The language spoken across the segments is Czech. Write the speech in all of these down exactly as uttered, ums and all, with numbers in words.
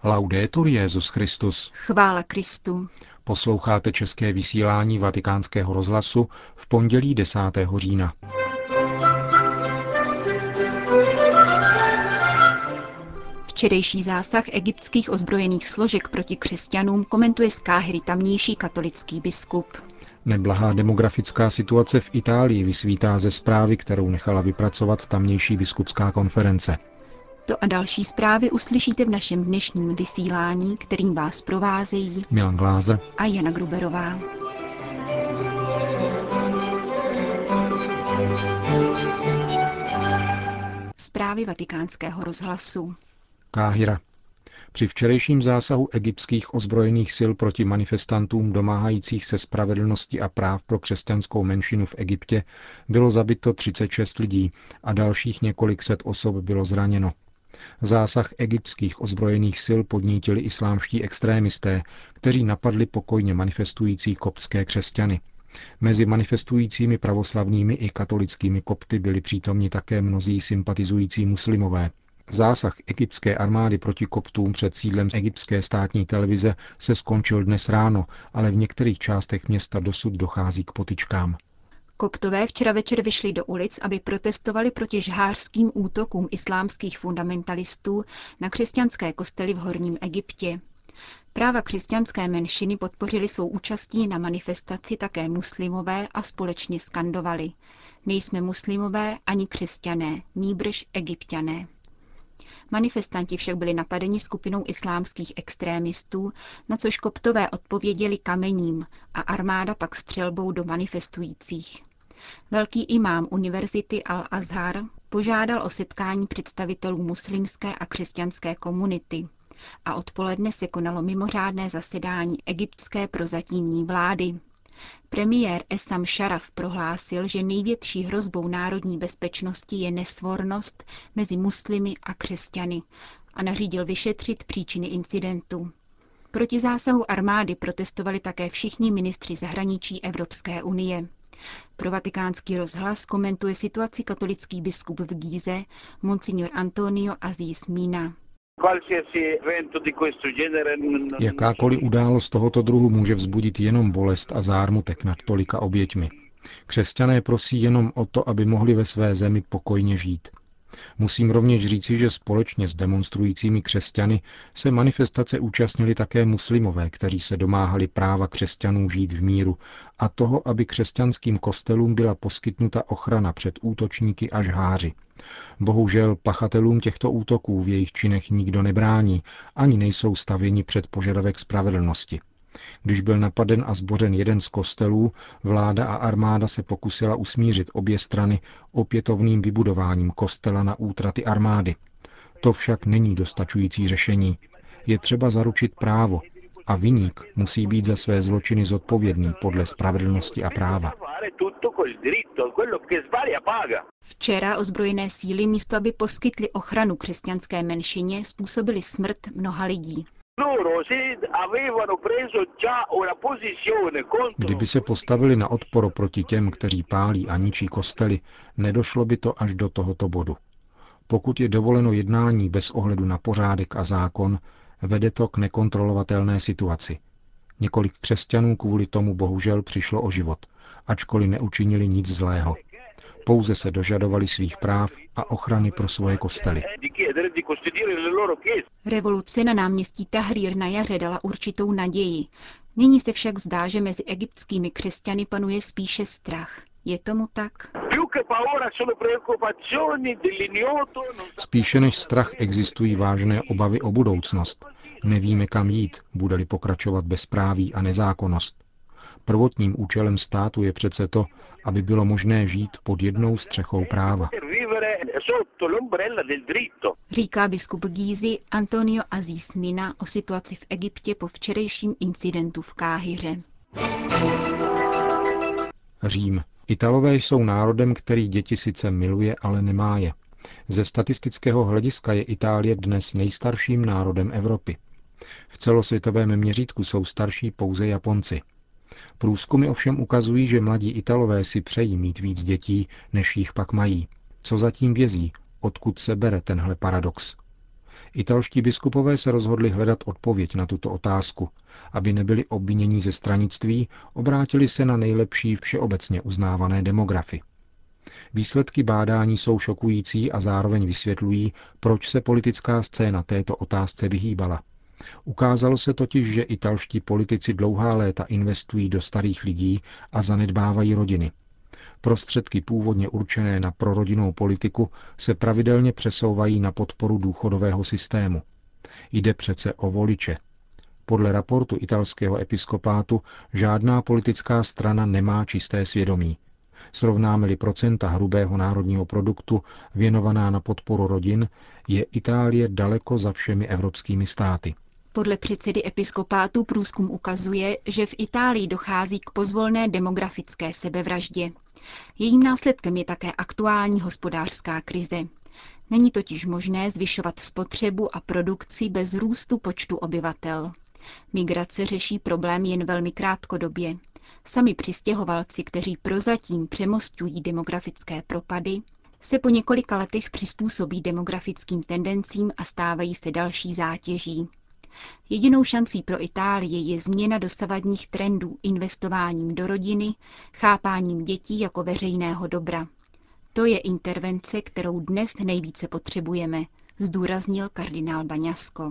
Laudetur Jesus Christus. Chvála Kristu. Posloucháte české vysílání Vatikánského rozhlasu v pondělí desátého října. Včerejší zásah egyptských ozbrojených složek proti křesťanům komentuje z Káhiry tamnější katolický biskup. Neblahá demografická situace v Itálii vysvítá ze zprávy, kterou nechala vypracovat tamnější biskupská konference. To a další zprávy uslyšíte v našem dnešním vysílání, kterým vás provázejí Milan Glázer a Jana Gruberová. Zprávy Vatikánského rozhlasu. Káhira. Při včerejším zásahu egyptských ozbrojených sil proti manifestantům domáhajících se spravedlnosti a práv pro křesťanskou menšinu v Egyptě bylo zabito třicet šest lidí a dalších několik set osob bylo zraněno. Zásah egyptských ozbrojených sil podnítili islámští extrémisté, kteří napadli pokojně manifestující koptské křesťany. Mezi manifestujícími pravoslavnými i katolickými kopty byli přítomni také mnozí sympatizující muslimové. Zásah egyptské armády proti koptům před sídlem egyptské státní televize se skončil dnes ráno, ale v některých částech města dosud dochází k potyčkám. Koptové včera večer vyšli do ulic, aby protestovali proti žhářským útokům islámských fundamentalistů na křesťanské kostely v Horním Egyptě. Práva křesťanské menšiny podpořili svou účastí na manifestaci také muslimové a společně skandovali: Nejsme muslimové ani křesťané, nýbrž Egypťané. Manifestanti však byli napadeni skupinou islámských extrémistů, na což koptové odpověděli kamením a armáda pak střelbou do manifestujících. Velký imám univerzity Al-Azhar požádal o setkání představitelů muslimské a křesťanské komunity a odpoledne se konalo mimořádné zasedání egyptské prozatímní vlády. Premiér Essam Sharaf prohlásil, že největší hrozbou národní bezpečnosti je nesvornost mezi muslimy a křesťany a nařídil vyšetřit příčiny incidentu. Proti zásahu armády protestovali také všichni ministři zahraničí Evropské unie. Pro Vatikánský rozhlas komentuje situaci katolický biskup v Gíze, monsignor Antonio Aziz Mina. Jakákoliv událost tohoto druhu může vzbudit jenom bolest a zármutek nad tolika oběťmi. Křesťané prosí jenom o to, aby mohli ve své zemi pokojně žít. Musím rovněž říci, že společně s demonstrujícími křesťany se manifestace účastnili také muslimové, kteří se domáhali práva křesťanů žít v míru a toho, aby křesťanským kostelům byla poskytnuta ochrana před útočníky a žháři. Bohužel pachatelům těchto útoků v jejich činech nikdo nebrání, ani nejsou stavěni před požadavek spravedlnosti. Když byl napaden a zbořen jeden z kostelů, vláda a armáda se pokusila usmířit obě strany opětovným vybudováním kostela na útraty armády. To však není dostačující řešení. Je třeba zaručit právo a viník musí být za své zločiny zodpovědný podle spravedlnosti a práva. Včera ozbrojené síly místo, aby poskytly ochranu křesťanské menšině, způsobily smrt mnoha lidí. Kdyby se postavili na odpor proti těm, kteří pálí a ničí kostely, nedošlo by to až do tohoto bodu. Pokud je dovoleno jednání bez ohledu na pořádek a zákon, vede to k nekontrolovatelné situaci. Několik křesťanů kvůli tomu bohužel přišlo o život, ačkoliv neučinili nic zlého. Pouze se dožadovali svých práv a ochrany pro svoje kostely. Revoluce na náměstí Tahrir na jaře dala určitou naději. Nyní se však zdá, že mezi egyptskými křesťany panuje spíše strach. Je tomu tak? Spíše než strach existují vážné obavy o budoucnost. Nevíme, kam jít, bude-li pokračovat bezpráví a nezákonnost. Prvotním účelem státu je přece to, aby bylo možné žít pod jednou střechou práva. Říká biskup Gízy Antonio Aziz Mina o situaci v Egyptě po včerejším incidentu v Káhiře. Řím. Italové jsou národem, který děti sice miluje, ale nemá je. Ze statistického hlediska je Itálie dnes nejstarším národem Evropy. V celosvětovém měřítku jsou starší pouze Japonci. Průzkumy ovšem ukazují, že mladí Italové si přejí mít víc dětí, než jich pak mají. Co zatím vězí? Odkud se bere tenhle paradox? Italští biskupové se rozhodli hledat odpověď na tuto otázku. Aby nebyli obviněni ze stranictví, obrátili se na nejlepší všeobecně uznávané demografy. Výsledky bádání jsou šokující a zároveň vysvětlují, proč se politická scéna této otázce vyhýbala. Ukázalo se totiž, že italští politici dlouhá léta investují do starých lidí a zanedbávají rodiny. Prostředky původně určené na prorodinnou politiku se pravidelně přesouvají na podporu důchodového systému. Jde přece o voliče. Podle raportu italského episkopátu žádná politická strana nemá čisté svědomí. Srovnáme-li procenta hrubého národního produktu věnovaná na podporu rodin, je Itálie daleko za všemi evropskými státy. Podle předsedy episkopátu průzkum ukazuje, že v Itálii dochází k pozvolné demografické sebevraždě. Jejím následkem je také aktuální hospodářská krize. Není totiž možné zvyšovat spotřebu a produkci bez růstu počtu obyvatel. Migrace řeší problém jen velmi krátkodobě. Sami přistěhovalci, kteří prozatím přemostují demografické propady, se po několika letech přizpůsobí demografickým tendencím a stávají se další zátěží. Jedinou šancí pro Itálii je změna dosavadních trendů investováním do rodiny, chápáním dětí jako veřejného dobra. To je intervence, kterou dnes nejvíce potřebujeme, zdůraznil kardinál Bagnasco.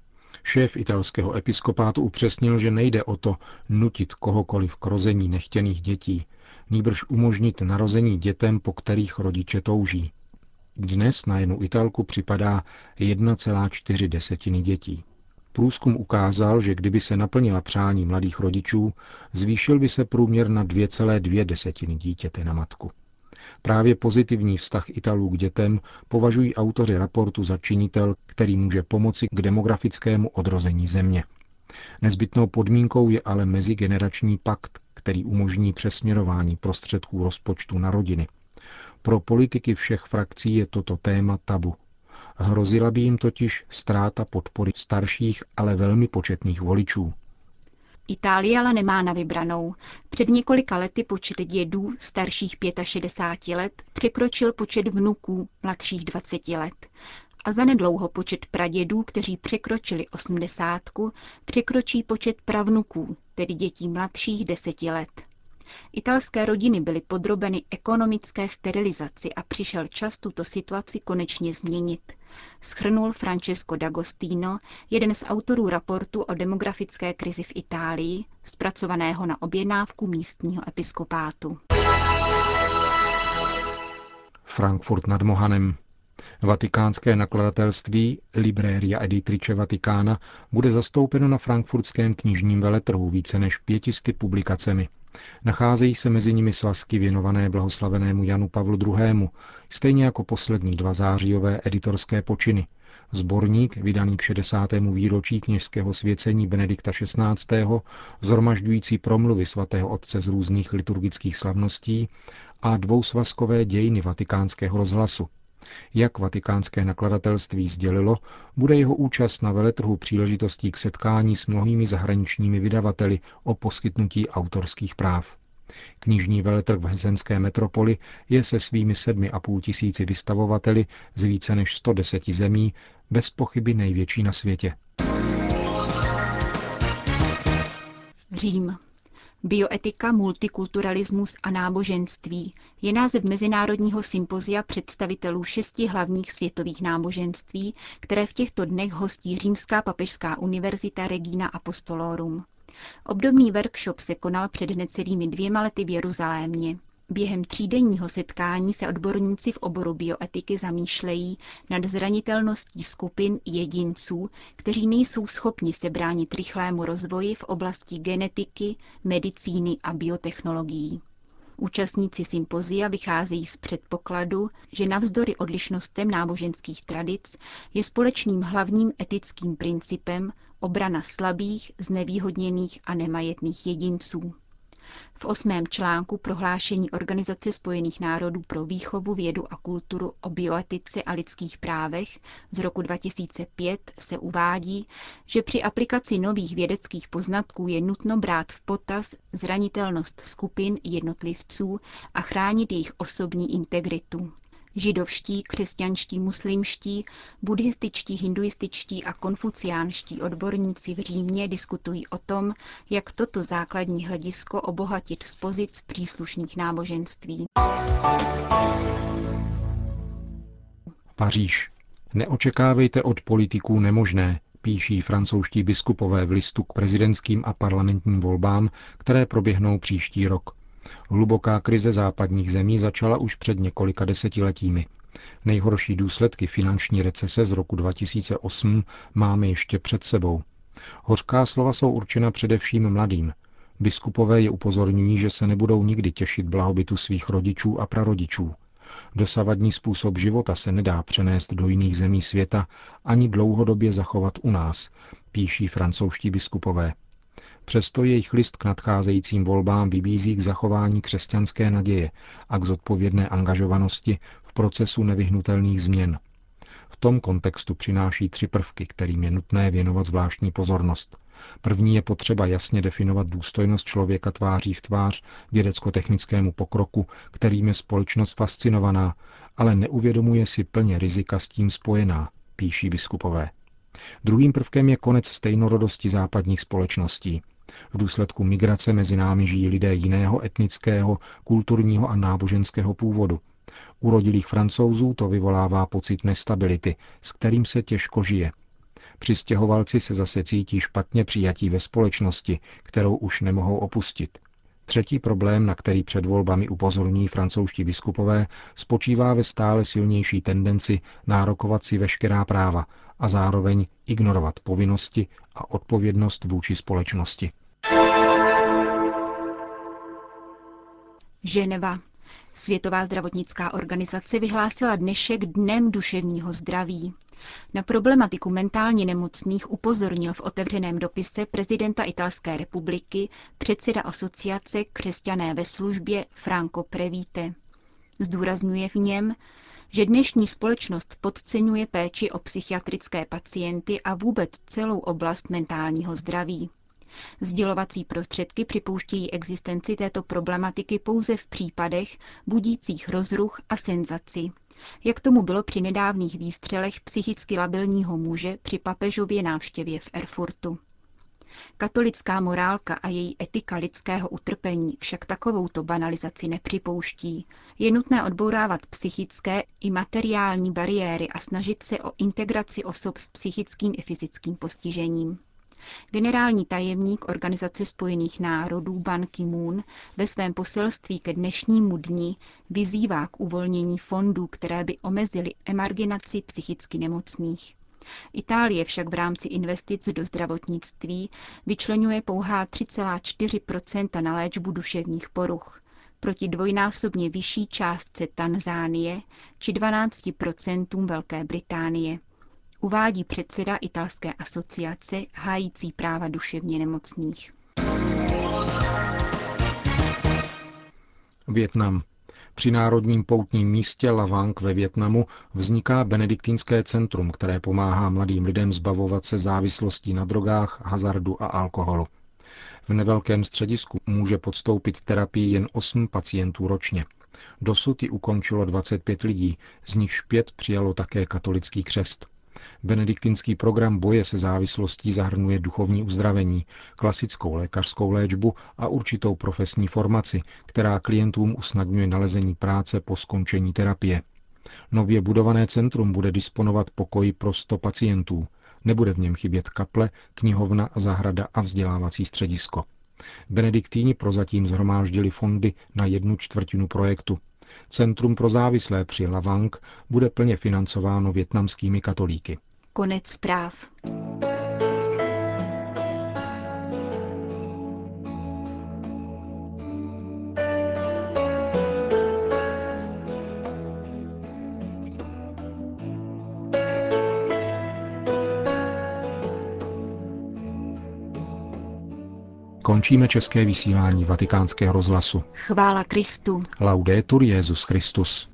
Šéf italského episkopátu upřesnil, že nejde o to nutit kohokoliv k rození nechtěných dětí, nýbrž umožnit narození dětem, po kterých rodiče touží. Dnes na jednu Italku připadá jedna celá čtyři desetiny dětí. Průzkum ukázal, že kdyby se naplnila přání mladých rodičů, zvýšil by se průměr na dvě celé dvě desetiny dítěte na matku. Právě pozitivní vztah Italů k dětem považují autoři raportu za činitel, který může pomoci k demografickému odrození země. Nezbytnou podmínkou je ale mezigenerační pakt, který umožní přesměrování prostředků rozpočtu na rodiny. Pro politiky všech frakcí je toto téma tabu. Hrozila by jim totiž ztráta podpory starších, ale velmi početných voličů. Itálie ale nemá na vybranou. Před několika lety počet dědů starších šedesáti pěti let překročil počet vnuků mladších dvaceti let. A zanedlouho počet pradědů, kteří překročili osmdesátku, překročí počet pravnuků, tedy dětí mladších deseti let. Italské rodiny byly podrobeny ekonomické sterilizaci a přišel čas tuto situaci konečně změnit, shrnul Francesco D'Agostino, jeden z autorů raportu o demografické krizi v Itálii, zpracovaného na objednávku místního episkopátu. Frankfurt nad Mohanem. Vatikánské nakladatelství Libreria Editrice Vaticana bude zastoupeno na frankfurtském knižním veletrhu více než pětisty publikacemi. Nacházejí se mezi nimi svazky věnované blahoslavenému Janu Pavlu druhému, stejně jako poslední dva zářijové editorské počiny. Sborník, vydaný k šedesátému výročí kněžského svěcení Benedikta šestnáctého, zhromažďující promluvy svatého otce z různých liturgických slavností, a dvousvazkové dějiny vatikánského rozhlasu. Jak vatikánské nakladatelství sdělilo, bude jeho účast na veletrhu příležitostí k setkání s mnohými zahraničními vydavateli o poskytnutí autorských práv. Knižní veletrh v hesenské metropoli je se svými sedmi a půl tisíci vystavovateli z více než sto deseti zemí bez pochyby největší na světě. Řím. Bioetika, multikulturalismus a náboženství je název mezinárodního sympozia představitelů šesti hlavních světových náboženství, které v těchto dnech hostí Římská papežská univerzita Regina Apostolorum. Obdobný workshop se konal před necelými dvěma lety v Jeruzalémě. Během třídenního setkání se odborníci v oboru bioetiky zamýšlejí nad zranitelností skupin jedinců, kteří nejsou schopni se bránit rychlému rozvoji v oblasti genetiky, medicíny a biotechnologií. Účastníci sympozia vycházejí z předpokladu, že navzdory odlišnostem náboženských tradic je společným hlavním etickým principem obrana slabých, znevýhodněných a nemajetných jedinců. V osmém článku prohlášení Organizace spojených národů pro výchovu, vědu a kulturu o bioetice a lidských právech z roku dva tisíce pět se uvádí, že při aplikaci nových vědeckých poznatků je nutno brát v potaz zranitelnost skupin jednotlivců a chránit jejich osobní integritu. Židovští, křesťanští, muslimští, buddhističtí, hinduističtí a konfuciánští odborníci v Římě diskutují o tom, jak toto základní hledisko obohatit z pozic příslušných náboženství. Paříž. Neočekávejte od politiků nemožné, píší francouzští biskupové v listu k prezidentským a parlamentním volbám, které proběhnou příští rok. Hluboká krize západních zemí začala už před několika desetiletími. Nejhorší důsledky finanční recese z roku dva tisíce osm máme ještě před sebou. Hořká slova jsou určena především mladým. Biskupové je upozorňují, že se nebudou nikdy těšit blahobytu svých rodičů a prarodičů. Dosavadní způsob života se nedá přenést do jiných zemí světa ani dlouhodobě zachovat u nás, píší francouzští biskupové. Přesto jejich list k nadcházejícím volbám vybízí k zachování křesťanské naděje a k zodpovědné angažovanosti v procesu nevyhnutelných změn. V tom kontextu přináší tři prvky, kterým je nutné věnovat zvláštní pozornost. První je potřeba jasně definovat důstojnost člověka tváří v tvář vědecko-technickému pokroku, kterým je společnost fascinovaná, ale neuvědomuje si plně rizika s tím spojená, píší biskupové. Druhým prvkem je konec stejnorodosti západních společností. V důsledku migrace mezi námi žijí lidé jiného etnického, kulturního a náboženského původu. U rodilých Francouzů to vyvolává pocit nestability, s kterým se těžko žije. Přistěhovalci se zase cítí špatně přijatí ve společnosti, kterou už nemohou opustit. Třetí problém, na který před volbami upozorňují francouzští biskupové, spočívá ve stále silnější tendenci nárokovat si veškerá práva a zároveň ignorovat povinnosti a odpovědnost vůči společnosti. Ženeva. Světová zdravotnická organizace vyhlásila dnešek Dnem duševního zdraví. Na problematiku mentálně nemocných upozornil v otevřeném dopise prezidenta Italské republiky předseda asociace Křesťané ve službě Franco Previte. Zdůrazňuje v něm, že dnešní společnost podceňuje péči o psychiatrické pacienty a vůbec celou oblast mentálního zdraví. Sdělovací prostředky připouštějí existenci této problematiky pouze v případech budících rozruch a senzaci, jak tomu bylo při nedávných výstřelech psychicky labilního muže při papežově návštěvě v Erfurtu. Katolická morálka a její etika lidského utrpení však takovouto banalizaci nepřipouští. Je nutné odbourávat psychické i materiální bariéry a snažit se o integraci osob s psychickým i fyzickým postižením. Generální tajemník Organizace spojených národů Ban Ki-moon ve svém poselství ke dnešnímu dni vyzývá k uvolnění fondů, které by omezily emarginaci psychicky nemocných. Itálie však v rámci investic do zdravotnictví vyčleňuje pouhá tři celá čtyři procenta na léčbu duševních poruch, proti dvojnásobně vyšší částce Tanzánie či dvanáct procent Velké Británie. Uvádí předseda italské asociace hájící práva duševně nemocných. Vietnam. Při národním poutním místě Lavang ve Vietnamu vzniká benediktínské centrum, které pomáhá mladým lidem zbavovat se závislostí na drogách, hazardu a alkoholu. V nevelkém středisku může podstoupit terapii jen osm pacientů ročně. Dosud ji ukončilo dvacet pět lidí, z nichž pět přijalo také katolický křest. Benediktinský program boje se závislostí zahrnuje duchovní uzdravení, klasickou lékařskou léčbu a určitou profesní formaci, která klientům usnadňuje nalezení práce po skončení terapie. Nově budované centrum bude disponovat pokoji pro sto pacientů. Nebude v něm chybět kaple, knihovna, zahrada a vzdělávací středisko. Benediktíni prozatím shromáždili fondy na jednu čtvrtinu projektu. Centrum pro závislé při Lavang bude plně financováno vietnamskými katolíky. Konec zpráv. Končíme české vysílání Vatikánského rozhlasu. Chvála Kristu. Laudetur Jesus Christus.